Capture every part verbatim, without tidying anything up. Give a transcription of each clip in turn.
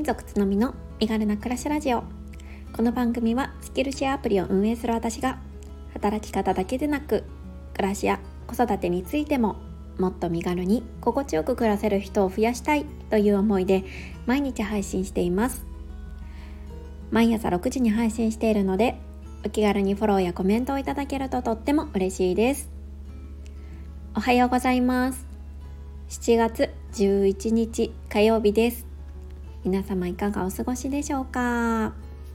族つのみの身軽な暮らしラジオ。この番組はスキルシェアアプリを運営する私が、働き方だけでなく暮らしや子育てについてももっと身軽に心地よく暮らせる人を増やしたいという思いで毎日配信しています。毎朝ろくじに配信しているので、お気軽にフォローやコメントをいただけるととっても嬉しいです。おはようございます。しちがつじゅういちにち火曜日です。皆様いかがお過ごしでしょうか。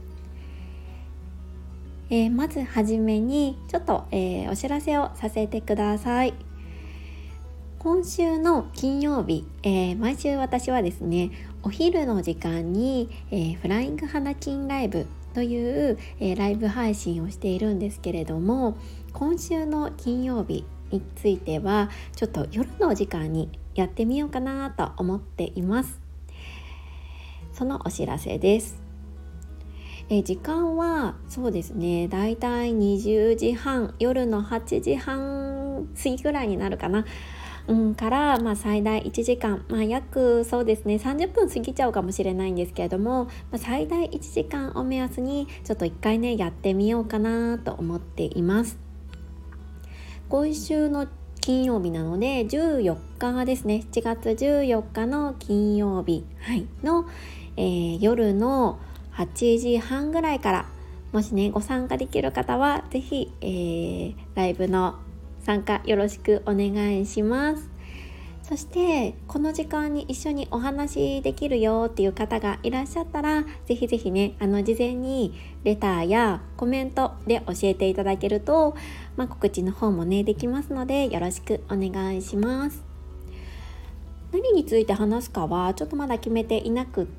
えー、まずはじめにちょっと、えー、お知らせをさせてください。今週の金曜日、えー、毎週私はですね、お昼の時間に、えー、フライング花金ライブという、えー、ライブ配信をしているんですけれども、今週の金曜日についてはちょっと夜の時間にやってみようかなと思っています。そのお知らせです。え時間はそうですね、だいたいにじゅうじはん、夜のはちじはん過ぎぐらいになるかな、うん、から、まあ、最大いちじかん、まあ、約そうですねさんじゅっぷん過ぎちゃうかもしれないんですけれども、まあ、最大いちじかんを目安にちょっといっかいねやってみようかなと思っています。今週の金曜日なのでじゅうよっかですね、しちがつじゅうよっかの金曜日、はい、の、えー、夜のはちじはんぐらいから、もしねご参加できる方はぜひ、えー、ライブの参加よろしくお願いします。そしてこの時間に一緒にお話できるよっていう方がいらっしゃったら、ぜひぜひねあの事前にレターやコメントで教えていただけると、まあ、告知の方もねできますのでよろしくお願いします。何について話すかはちょっとまだ決めていなくって、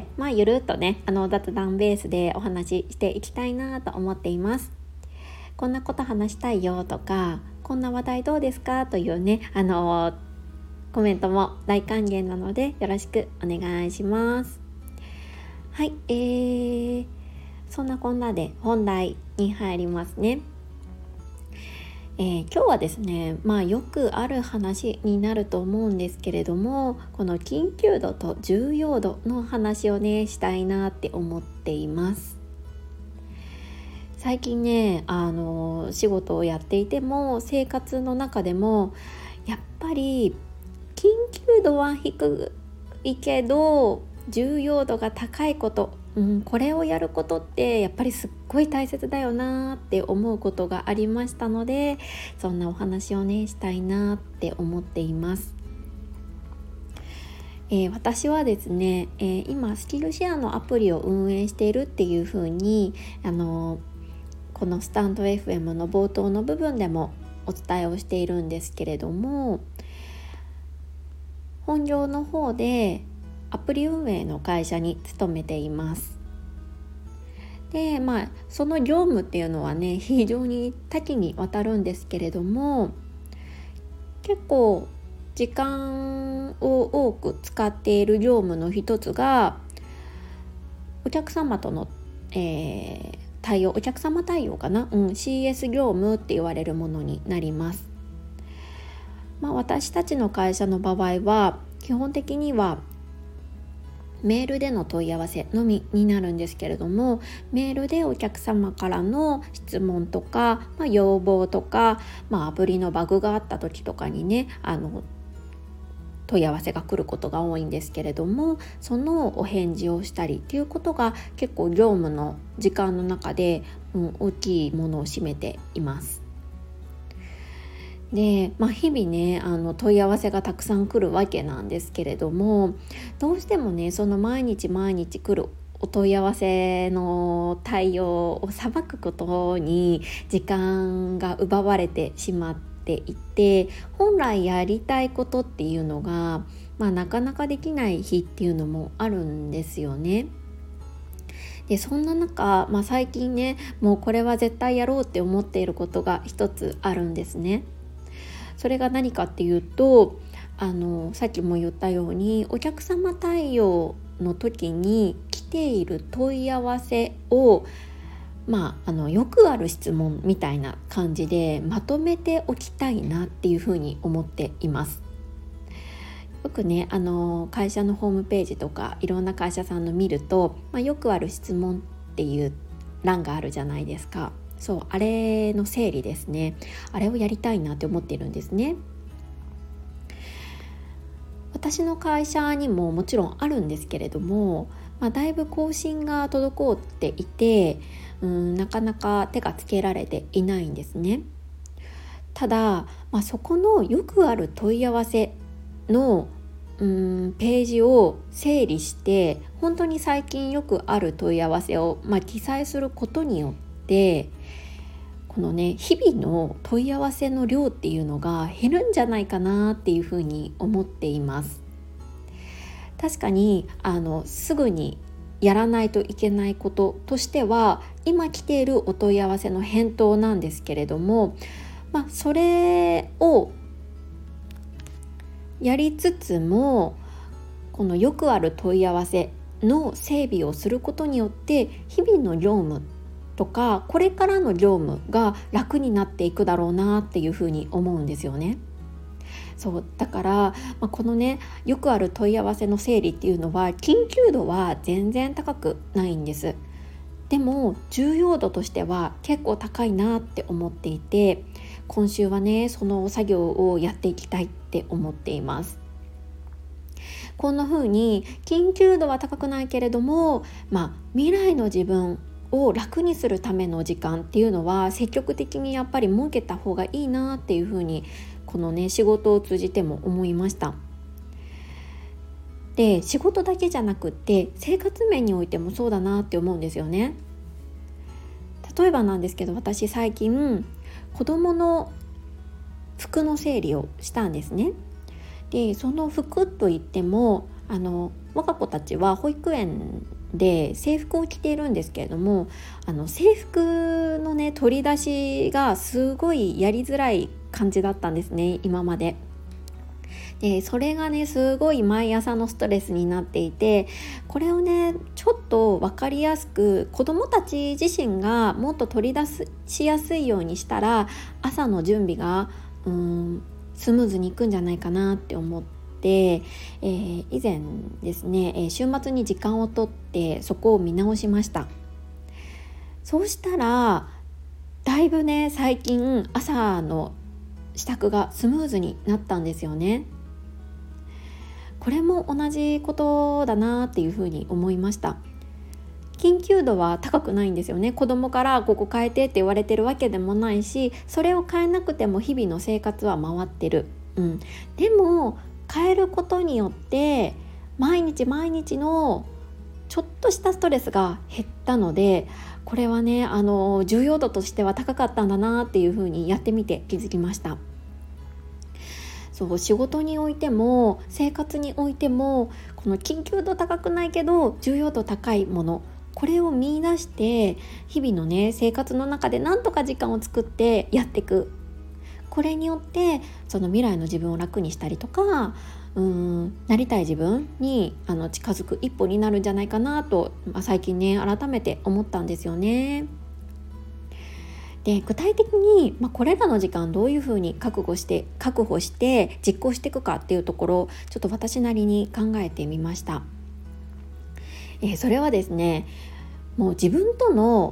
まあ、ゆるっとねあの雑談ベースでお話ししていきたいなと思っています。こんなこと話したいよとか、こんな話題どうですかというねあのコメントも大歓迎なのでよろしくお願いします。はい、えー、そんなこんなで本題に入りますね。えー、今日はですね、まあよくある話になると思うんですけれども、この緊急度と重要度の話をねしたいなって思っています。最近ねあの仕事をやっていても生活の中でもやっぱり緊急度は低いけど重要度が高いこと、うん、これをやることってやっぱりすっごい大切だよなって思うことがありましたので、そんなお話をねしたいなって思っています。えー、私はですね、えー、今スキルシェアのアプリを運営しているっていう風にあのこのスタンド エフエム の冒頭の部分でもお伝えをしているんですけれども、本業の方でアプリ運営の会社に勤めています。で、まあその業務っていうのはね非常に多岐にわたるんですけれども、結構時間を多く使っている業務の一つがお客様との、えー、対応、お客様対応かな、うん、シーエス 業務って言われるものになります。まあ、私たちの会社の場合は基本的にはメールでの問い合わせのみになるんですけれども、メールでお客様からの質問とか、まあ、要望とか、まあ、アプリのバグがあった時とかにねあの問い合わせが来ることが多いんですけれども、そのお返事をしたりっていうことが結構業務の時間の中で、うん、大きいものを占めています。で、まあ、日々ねあの問い合わせがたくさん来るわけなんですけれども、どうしてもねその毎日毎日来るお問い合わせの対応をさばくことに時間が奪われてしまっていて、本来やりたいことっていうのが、まあ、なかなかできない日っていうのもあるんですよね。でそんな中、まあ、最近ねもうこれは絶対やろうって思っていることが一つあるんですね。それが何かっていうと、あのさっきも言ったようにお客様対応の時に来ている問い合わせを、まあ、あのよくある質問みたいな感じでまとめておきたいなっていうふうに思っています。 よくねあの会社のホームページとかいろんな会社さんの見ると、まあ、よくある質問っていう欄があるじゃないですか。そうあれの整理ですね。あれをやりたいなって思ってるんですね。私の会社にももちろんあるんですけれども、まあ、だいぶ更新が滞っていて、うん、なかなか手がつけられていないんですね。ただ、まあ、そこのよくある問い合わせのうんページを整理して、本当に最近よくある問い合わせを、まあ、記載することによって、このね日々の問い合わせの量っていうのが減るんじゃないかなっていうふうに思っています。確かにあのすぐにやらないといけないこととしては、今来ているお問い合わせの返答なんですけれども、まあ、それをやりつつも、このよくある問い合わせの整備をすることによって日々の業務とかこれからの業務が楽になっていくだろうなっていうふうに思うんですよね。そうだから、まあ、このねよくある問い合わせの整理っていうのは緊急度は全然高くないんです。でも重要度としては結構高いなって思っていて、今週はねその作業をやっていきたいって思っています。こんな風に緊急度は高くないけれども、まあ、未来の自分を楽にするための時間っていうのは積極的にやっぱり設けた方がいいなっていう風にこのね仕事を通じても思いました。で、仕事だけじゃなくって生活面においてもそうだなって思うんですよね。例えばなんですけど、私最近子供の服の整理をしたんですね。で、その服といってもあの我が子たちは保育園で制服を着ているんですけれども、あの制服のね取り出しがすごいやりづらい感じだったんですね、今まで。で、それがねすごい毎朝のストレスになっていて、これをねちょっと分かりやすく子どもたち自身がもっと取り出しやすいようにしたら、朝の準備がうーんスムーズにいくんじゃないかなって思って、えー、以前ですね、えー、週末に時間をとってそこを見直しました。そうしたらだいぶね最近朝の支度がスムーズになったんですよね。これも同じことだなっていうふうに思いました。緊急度は高くないんですよね。子供からここ変えてって言われてるわけでもないし、それを変えなくても日々の生活は回ってる、うん、でも変えることによって毎日毎日のちょっとしたストレスが減ったので、これはねあの重要度としては高かったんだなっていうふうにやってみて気づきました。そう仕事においても生活においても、この緊急度高くないけど重要度高いもの、これを見出して日々のね生活の中でなんとか時間を作ってやっていく。これによってその未来の自分を楽にしたりとか、うーんなりたい自分にあの近づく一歩になるんじゃないかなと、まあ、最近ね改めて思ったんですよね。で、具体的に、まあ、これらの時間どういうふうに覚悟して確保して実行していくかっていうところ、ちょっと私なりに考えてみました。えー、それはですね、もう自分との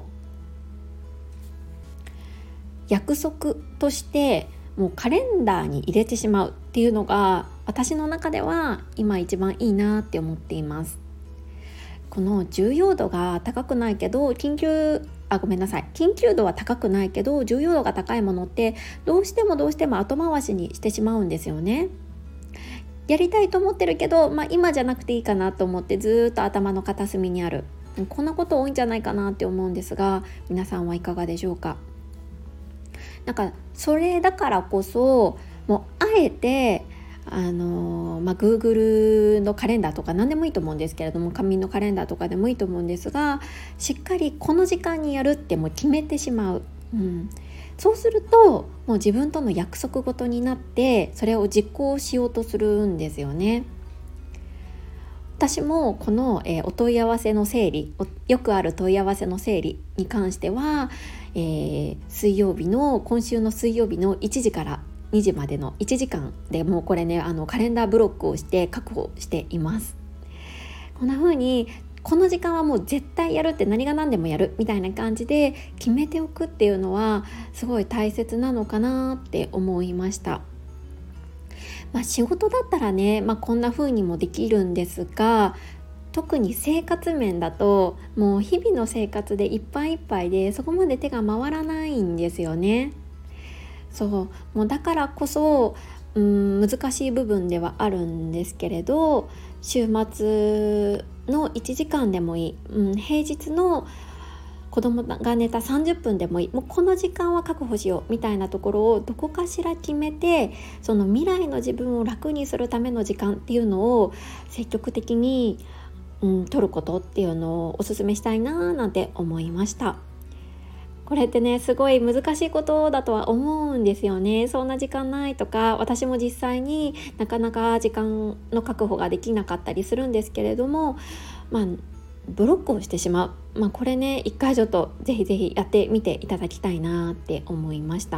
約束としてもうカレンダーに入れてしまうっていうのが私の中では今一番いいなって思っています。この重要度が高くないけど緊急あごめんなさい緊急度は高くないけど重要度が高いものってどうしてもどうしても後回しにしてしまうんですよね。やりたいと思ってるけど、まあ、今じゃなくていいかなと思ってずっと頭の片隅にある。こんなこと多いんじゃないかなって思うんですが、皆さんはいかがでしょうか。なんかそれだからこそもうあえてあのまあ、Google のカレンダーとか何でもいいと思うんですけれども、紙のカレンダーとかでもいいと思うんですが、しっかりこの時間にやるってもう決めてしまう、うん、そうするともう自分との約束事になってそれを実行しようとするんですよね。私もこの、えー、お問い合わせの整理、よくある問い合わせの整理に関しては、えー、水曜日の今週の水曜日のいちじからにじまでのいちじかんでもうこれねあのカレンダーブロックをして確保しています。こんな風にこの時間はもう絶対やるって何が何でもやるみたいな感じで決めておくっていうのはすごい大切なのかなって思いました。まあ、仕事だったらね、まあ、こんな風にもできるんですが、特に生活面だともう日々の生活でいっぱいいっぱいでそこまで手が回らないんですよね。そうもうだからこそうん難しい部分ではあるんですけれど、週末のいちじかんでもいい、うん、平日の子供が寝たさんじゅっぷんでもいい、もうこの時間は確保しようみたいなところをどこかしら決めて、その未来の自分を楽にするための時間っていうのを積極的に、うん、取ることっていうのをお勧めしたいななんて思いました。これってねすごい難しいことだとは思うんですよね。そんな時間ないとか、私も実際になかなか時間の確保ができなかったりするんですけれども、まあブロックをしてしまう、まあ、これね一回ちょっとぜひぜひやってみていただきたいなって思いました。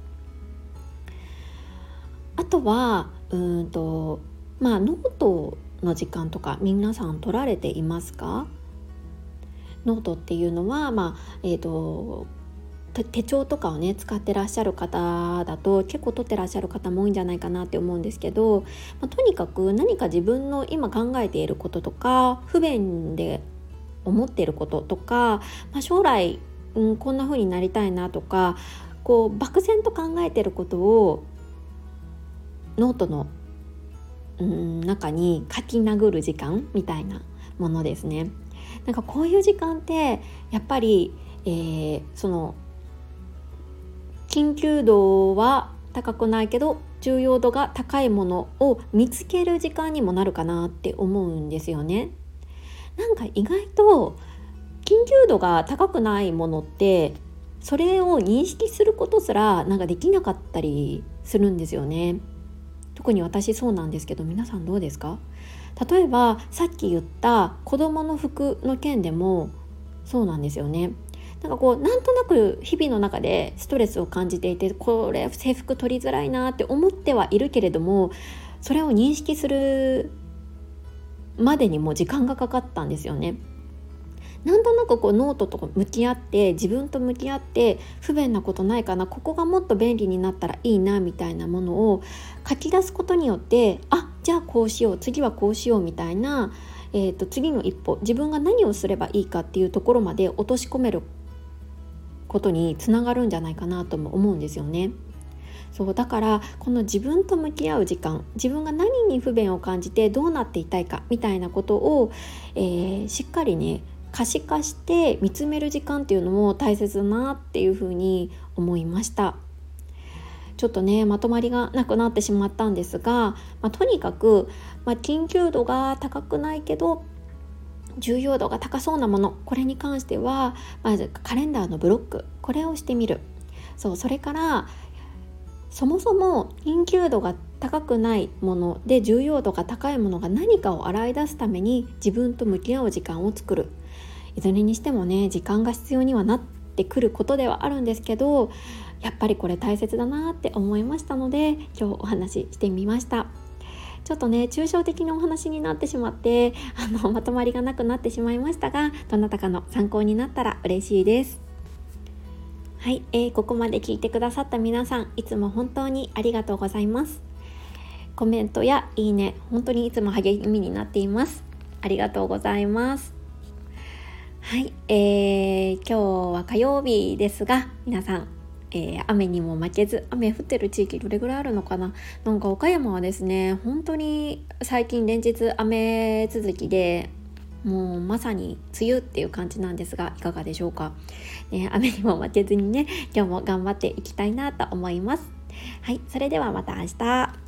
あとはうーんとまあノートの時間とか皆さん取られていますか？ノートっていうのは、まあえーと手帳とかをね使ってらっしゃる方だと結構取ってらっしゃる方も多いんじゃないかなって思うんですけど、まあ、とにかく何か自分の今考えていることとか不便で思っていることとか、まあ、将来、うん、こんな風になりたいなとか、こう漠然と考えていることをノートの、うん、中に書き殴る時間みたいなものですね。なんかこういう時間ってやっぱり、えー、その緊急度は高くないけど重要度が高いものを見つける時間にもなるかなって思うんですよね。なんか意外と緊急度が高くないものってそれを認識することすらなんかできなかったりするんですよね。特に私そうなんですけど、皆さんどうですか？例えばさっき言った子供の服の件でもそうなんですよね。なんかこうなんとなく日々の中でストレスを感じていて、これ制服取りづらいなって思ってはいるけれども、それを認識するまでにも時間がかかったんですよね。なんとなくこうノートと向き合って自分と向き合って不便なことないかな、ここがもっと便利になったらいいなみたいなものを書き出すことによって、あ、じゃあこうしよう、次はこうしようみたいな、えーと、次の一歩、自分が何をすればいいかっていうところまで落とし込めることにつながるんじゃないかなとも思うんですよね。そうだからこの自分と向き合う時間、自分が何に不便を感じてどうなっていたいかみたいなことを、えー、しっかりね可視化して見つめる時間っていうのも大切だなっていうふうに思いました。ちょっとねまとまりがなくなってしまったんですが、まあ、とにかく、まあ、緊急度が高くないけど重要度が高そうなもの、これに関してはまずカレンダーのブロック、これをしてみる。そうそれからそもそも緊急度が高くないもので重要度が高いものが何かを洗い出すために自分と向き合う時間を作る。いずれにしてもね時間が必要にはなってくることではあるんですけど、やっぱりこれ大切だなって思いましたので今日お話ししてみました。ちょっとね抽象的なお話になってしまってあのまとまりがなくなってしまいましたが、どなたかの参考になったら嬉しいです。はい、えー、ここまで聞いてくださった皆さん、いつも本当にありがとうございます。コメントやいいね、本当にいつも励みになっています。ありがとうございます。はい、えー、今日は火曜日ですが、皆さん、えー、雨にも負けず、雨降ってる地域どれぐらいあるのかな。なんか岡山はですね、本当に最近連日雨続きで、もうまさに梅雨っていう感じなんですが、いかがでしょうか。ね、雨にも負けずにね、今日も頑張っていきたいなと思います。はい、それではまた明日。